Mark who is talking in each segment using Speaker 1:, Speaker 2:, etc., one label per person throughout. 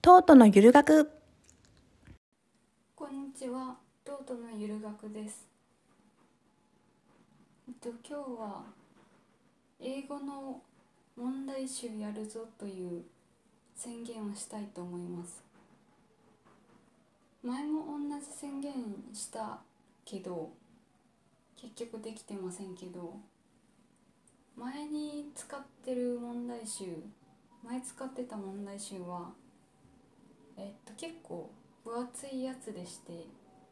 Speaker 1: トートのゆる学。
Speaker 2: こんにちは、トートのゆる学です。今日は英語の問題集やるぞという宣言をしたいと思います。前も同じ宣言したけど結局できてませんけど、前使ってた問題集は結構分厚いやつでして、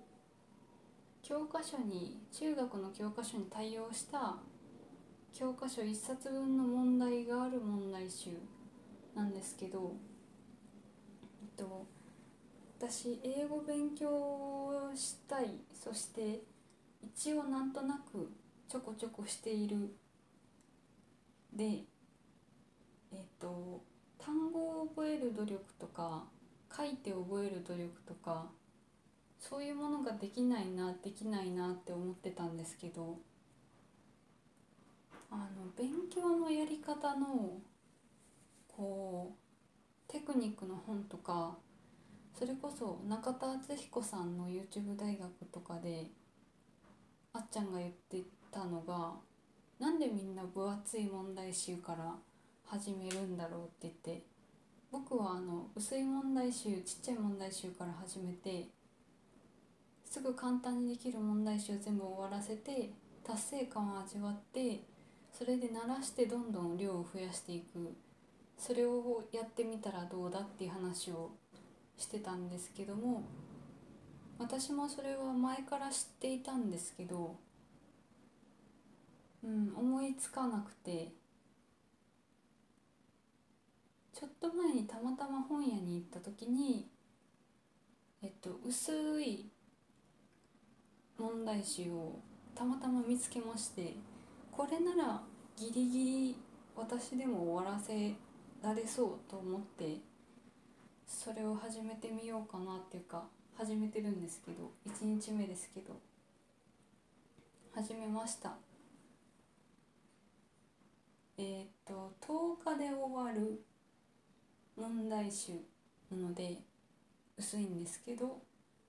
Speaker 2: 中学の教科書に対応した教科書1冊分の問題がある問題集なんですけど、私英語勉強したい、そして一応なんとなくちょこちょこしているで、単語を覚える努力とか書いて覚える努力とかそういうものができないなって思ってたんですけど、勉強のやり方のテクニックの本とか、それこそ中田敦彦さんの YouTube 大学とかであっちゃんが言ってたのが、なんでみんな分厚い問題集から始めるんだろうって言って、僕は薄い問題集、ちっちゃい問題集から始めて、すぐ簡単にできる問題集を全部終わらせて達成感を味わって、それで慣らしてどんどん量を増やしていく、それをやってみたらどうだっていう話をしてたんですけども、私もそれは前から知っていたんですけど、思いつかなくて、ちょっと前にたまたま本屋に行った時に、薄い問題集をたまたま見つけまして、これならギリギリ私でも終わらせられそうと思って、それを始めてみようかなっていうか始めてるんですけど、1日目ですけど始めました。10日で終わる問題集なので薄いんですけど、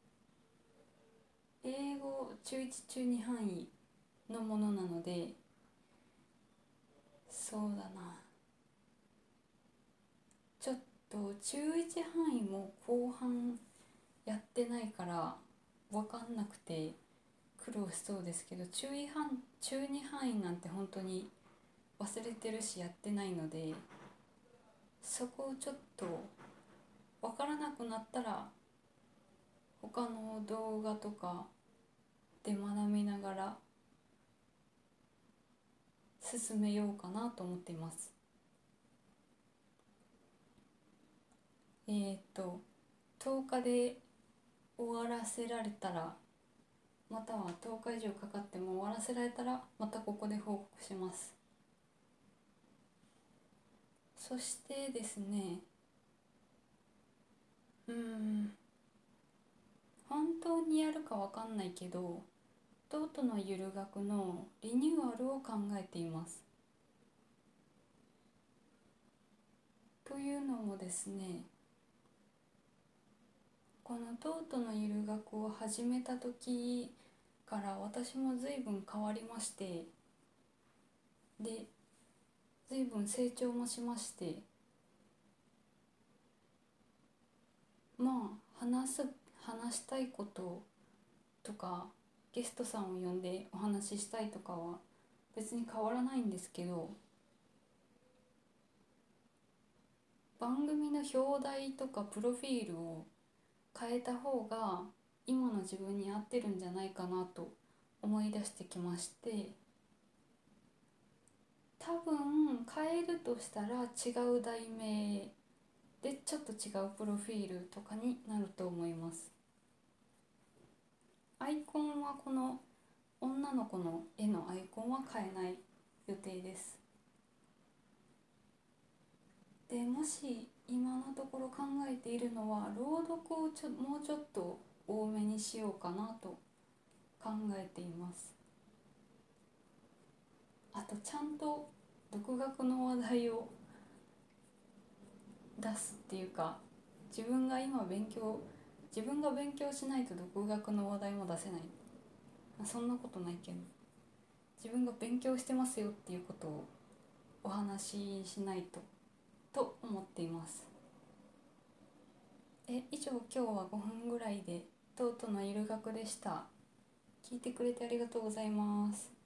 Speaker 2: 英語中1中2範囲のものなので、そうだな、ちょっと中1範囲も後半やってないから分かんなくて苦労しそうですけど、中2範囲なんて本当に忘れてるしやってないので、そこをちょっと分からなくなったら他の動画とかで学びながら進めようかなと思っています。10日で終わらせられたら、または10日以上かかっても終わらせられたらまたここで報告します。そしてですね、本当にやるか分かんないけど、トートのゆる学のリニューアルを考えています。というのもですね、このトートのゆる学を始めた時から私も随分変わりまして、で随分成長もしまして、話したいこととかゲストさんを呼んでお話ししたいとかは別に変わらないんですけど、番組の表題とかプロフィールを変えた方が今の自分に合ってるんじゃないかなと思い出してきまして、多分変えるとしたら違う題名でちょっと違うプロフィールとかになると思います。アイコンはこの女の子の絵のアイコンは変えない予定です。でもし今のところ考えているのは、朗読をもうちょっと多めにしようかなと考えています。あとちゃんと独学の話題を出すっていうか、 自分が勉強しないと独学の話題も出せない。そんなことないけど、自分が勉強してますよっていうことをお話ししないと思っています。以上、今日は5分ぐらいでとうとうのゆる学でした。聞いてくれてありがとうございます。